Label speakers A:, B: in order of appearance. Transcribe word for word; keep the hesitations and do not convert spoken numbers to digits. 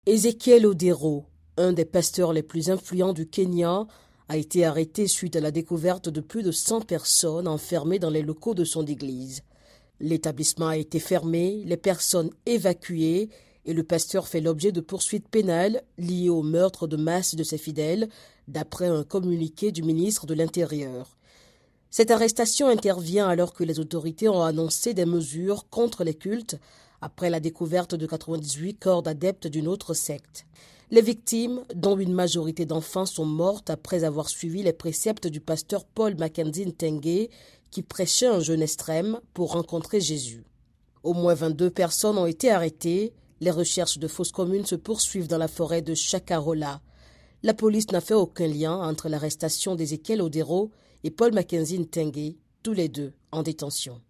A: Ezekiel Odero, un des pasteurs les plus influents du Kenya, a été arrêté suite à la découverte de plus de cent personnes enfermées dans les locaux de son église. L'établissement a été fermé, les personnes évacuées et le pasteur fait l'objet de poursuites pénales liées au meurtre de masse de ses fidèles, d'après un communiqué du ministre de l'Intérieur. Cette arrestation intervient alors que les autorités ont annoncé des mesures contre les cultes après la découverte de quatre-vingt-dix-huit corps d'adeptes d'une autre secte. Les victimes, dont une majorité d'enfants, sont mortes après avoir suivi les préceptes du pasteur Paul Mackenzie Ntenge, qui prêchait un jeûne extrême pour rencontrer Jésus. Au moins vingt-deux personnes ont été arrêtées. Les recherches de fosses communes se poursuivent dans la forêt de Chakarola. La police n'a fait aucun lien entre l'arrestation d'Ezekiel Odero et Paul Mackenzie Ntenge, tous les deux en détention.